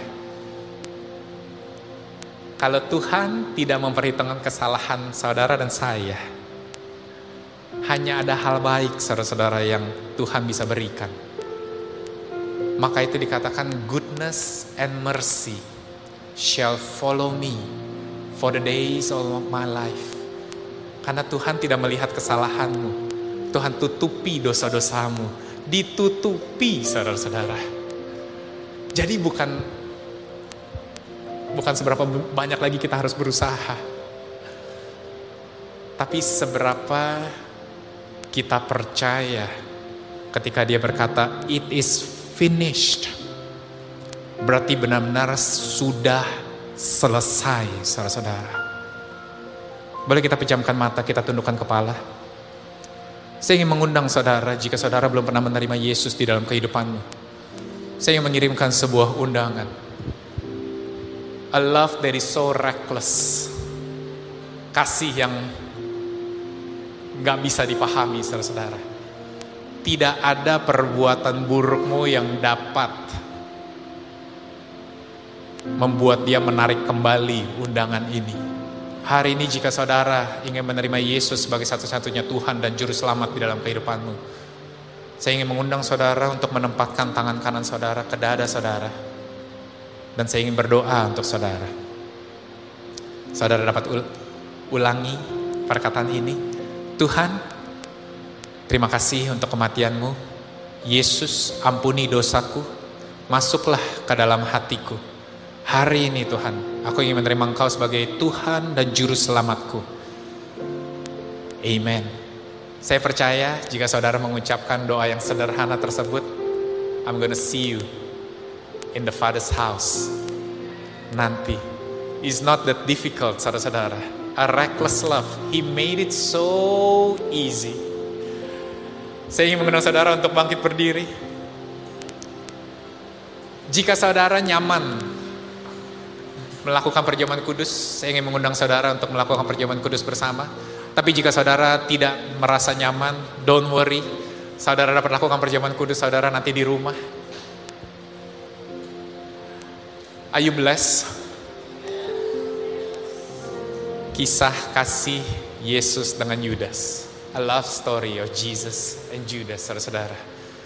Kalau Tuhan tidak memperhitungkan kesalahan saudara dan saya, hanya ada hal baik, saudara-saudara, yang Tuhan bisa berikan. Maka itu dikatakan goodness and mercy shall follow me for the days of my life. Karena Tuhan tidak melihat kesalahanmu. Tuhan tutupi dosa-dosamu. Ditutupi, saudara-saudara. Jadi bukan bukan seberapa banyak lagi kita harus berusaha, tapi seberapa kita percaya ketika dia berkata it is finished. Berarti benar-benar sudah selesai, saudara-saudara. Boleh kita pejamkan mata, kita tundukkan kepala. Saya ingin mengundang saudara, jika saudara belum pernah menerima Yesus di dalam kehidupanmu, saya ingin mengirimkan sebuah undangan. A love that is so reckless. Kasih yang gak bisa dipahami, saudara-saudara. Tidak ada perbuatan burukmu yang dapat membuat dia menarik kembali undangan ini. Hari ini jika saudara ingin menerima Yesus sebagai satu-satunya Tuhan dan Juru Selamat di dalam kehidupanmu, Saya ingin mengundang saudara untuk menempatkan tangan kanan saudara ke dada saudara. Dan saya ingin berdoa untuk saudara. Saudara dapat ul- ulangi perkataan ini. Tuhan, terima kasih untuk kematian-Mu. Yesus, ampuni dosaku. Masuklah ke dalam hatiku. Hari ini Tuhan, aku ingin menerima Engkau sebagai Tuhan dan Juru Selamatku. Amen. Saya percaya jika saudara mengucapkan doa yang sederhana tersebut, I'm gonna see you in the Father's house nanti. It's not that difficult, saudara-saudara. A reckless love, He made it so easy. Saya ingin mengundang saudara untuk bangkit berdiri. Jika saudara nyaman melakukan perjamuan kudus, saya ingin mengundang saudara untuk melakukan perjamuan kudus bersama. Tapi jika saudara tidak merasa nyaman, don't worry. Saudara dapat lakukan perjamuan kudus saudara nanti di rumah. Are you blessed? Kisah kasih Yesus dengan Yudas. A love story of Jesus and Judas, saudara-saudara.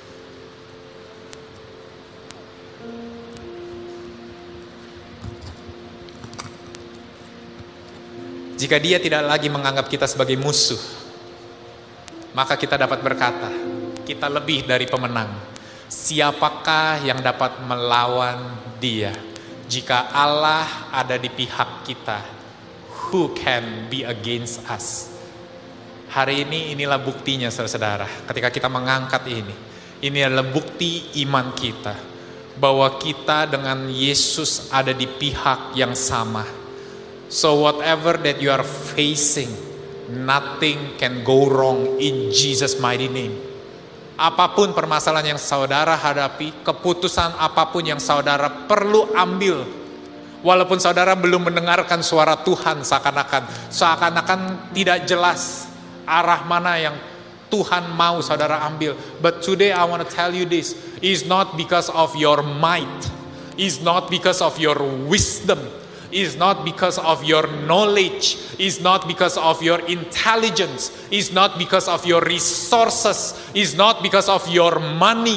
Jika dia tidak lagi menganggap kita sebagai musuh, maka kita dapat berkata, kita lebih dari pemenang. Siapakah yang dapat melawan dia? Jika Allah ada di pihak kita, who can be against us? Hari ini inilah buktinya saudara-saudara. Ketika kita mengangkat ini, ini adalah bukti iman kita. Bahwa kita dengan Yesus ada di pihak yang sama. So whatever that you are facing, nothing can go wrong in Jesus' mighty name. Apapun permasalahan yang saudara hadapi, keputusan apapun yang saudara perlu ambil, walaupun saudara belum mendengarkan suara Tuhan seakan-akan, seakan-akan tidak jelas arah mana yang Tuhan mau saudara ambil. But today I want to tell you this, is not because of your might, is not because of your wisdom, is not because of your knowledge, is not because of your intelligence, is not because of your resources, is not because of your money,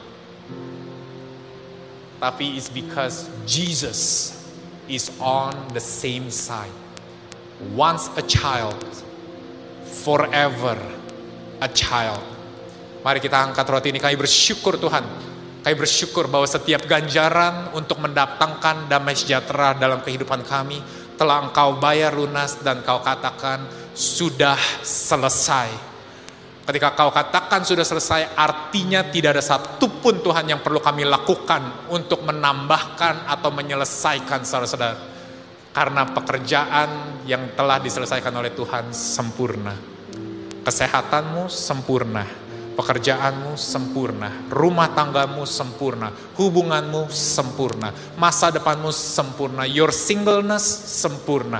tapi it's because Jesus is on the same side. Once a child, forever a child. Mari kita angkat roti ini. Kami bersyukur Tuhan. Kami bersyukur bahwa setiap ganjaran untuk mendatangkan damai sejahtera dalam kehidupan kami telah Engkau bayar lunas dan Kau katakan sudah selesai. Ketika Kau katakan sudah selesai, artinya tidak ada satupun Tuhan yang perlu kami lakukan untuk menambahkan atau menyelesaikan saudara-saudara. Karena pekerjaan yang telah diselesaikan oleh Tuhan sempurna. Kesehatanmu sempurna. Pekerjaanmu sempurna, rumah tanggamu sempurna, hubunganmu sempurna, masa depanmu sempurna, your singleness sempurna,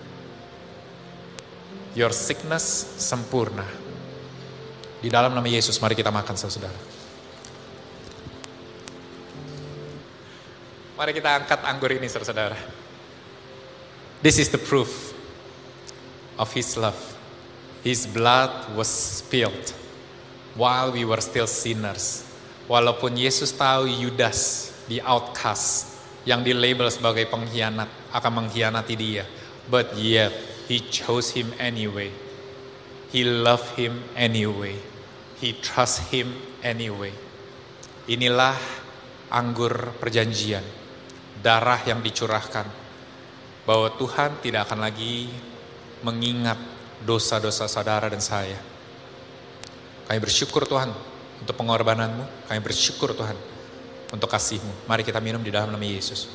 your sickness sempurna. Di dalam nama Yesus, mari kita makan saudara. Mari kita angkat anggur ini saudara. This is the proof of His love. His blood was spilled while we were still sinners. Walaupun Yesus tahu Yudas, the outcast, yang dilabel sebagai pengkhianat, akan mengkhianati dia. But yet, He chose him anyway. He loved him anyway. He trust him anyway. Inilah anggur perjanjian, darah yang dicurahkan. Bahwa Tuhan tidak akan lagi mengingat dosa-dosa saudara dan saya. Kami bersyukur Tuhan untuk pengorbananmu. Kami bersyukur Tuhan untuk kasih-Mu. Mari kita minum di dalam nama Yesus.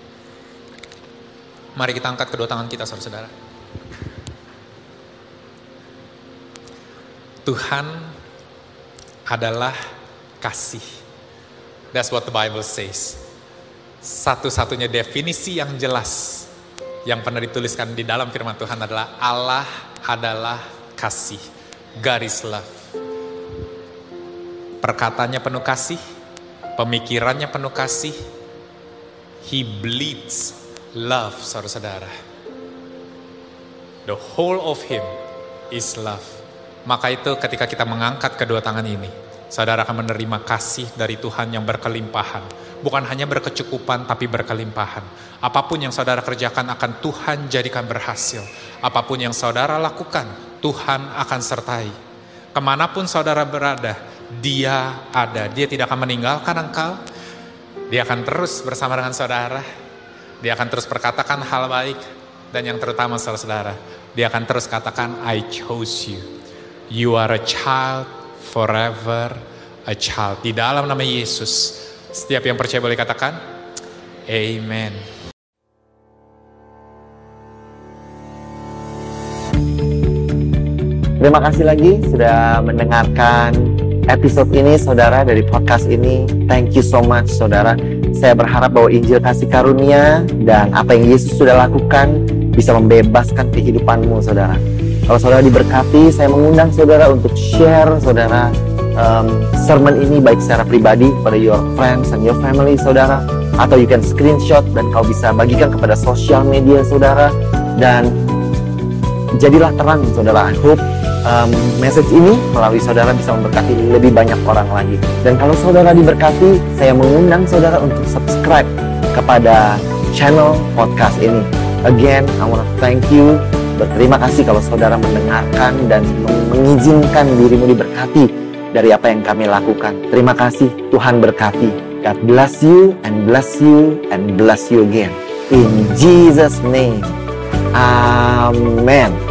Mari kita angkat kedua tangan kita saudara-saudara. Tuhan adalah kasih. That's what the Bible says. Satu-satunya definisi yang jelas yang pernah dituliskan di dalam firman Tuhan adalah Allah adalah kasih. God is love. Perkataannya penuh kasih, pemikirannya penuh kasih. He bleeds love, saudara-saudara. The whole of him is love. Maka itu ketika kita mengangkat kedua tangan ini, saudara akan menerima kasih dari Tuhan yang berkelimpahan. Bukan hanya berkecukupan, tapi berkelimpahan. Apapun yang saudara kerjakan akan Tuhan jadikan berhasil. Apapun yang saudara lakukan, Tuhan akan sertai. Kemanapun saudara berada, Dia ada. Dia tidak akan meninggalkan engkau. Dia akan terus bersama dengan saudara. Dia akan terus berkatakan hal baik. Dan yang terutama saudara, Dia akan terus katakan, I chose you. You are a child, forever a child. Di dalam nama Yesus, setiap yang percaya boleh katakan, Amen. Terima kasih lagi sudah mendengarkan episode ini saudara dari podcast ini. Thank you so much saudara. Saya berharap bahwa Injil kasih karunia dan apa yang Yesus sudah lakukan bisa membebaskan kehidupanmu saudara. Kalau saudara diberkati, saya mengundang saudara untuk share saudara um, sermon ini baik secara pribadi kepada your friends and your family saudara, atau you can screenshot dan kau bisa bagikan kepada sosial media saudara. Dan jadilah terang saudara. I hope um, message ini melalui saudara bisa memberkati lebih banyak orang lagi. Dan kalau saudara diberkati, saya mengundang saudara untuk subscribe kepada channel podcast ini. Again, I want to thank you. Berterima kasih kalau saudara mendengarkan dan mengizinkan dirimu diberkati dari apa yang kami lakukan. Terima kasih, Tuhan berkati. God bless you and bless you and bless you again. In Jesus' name. Amen.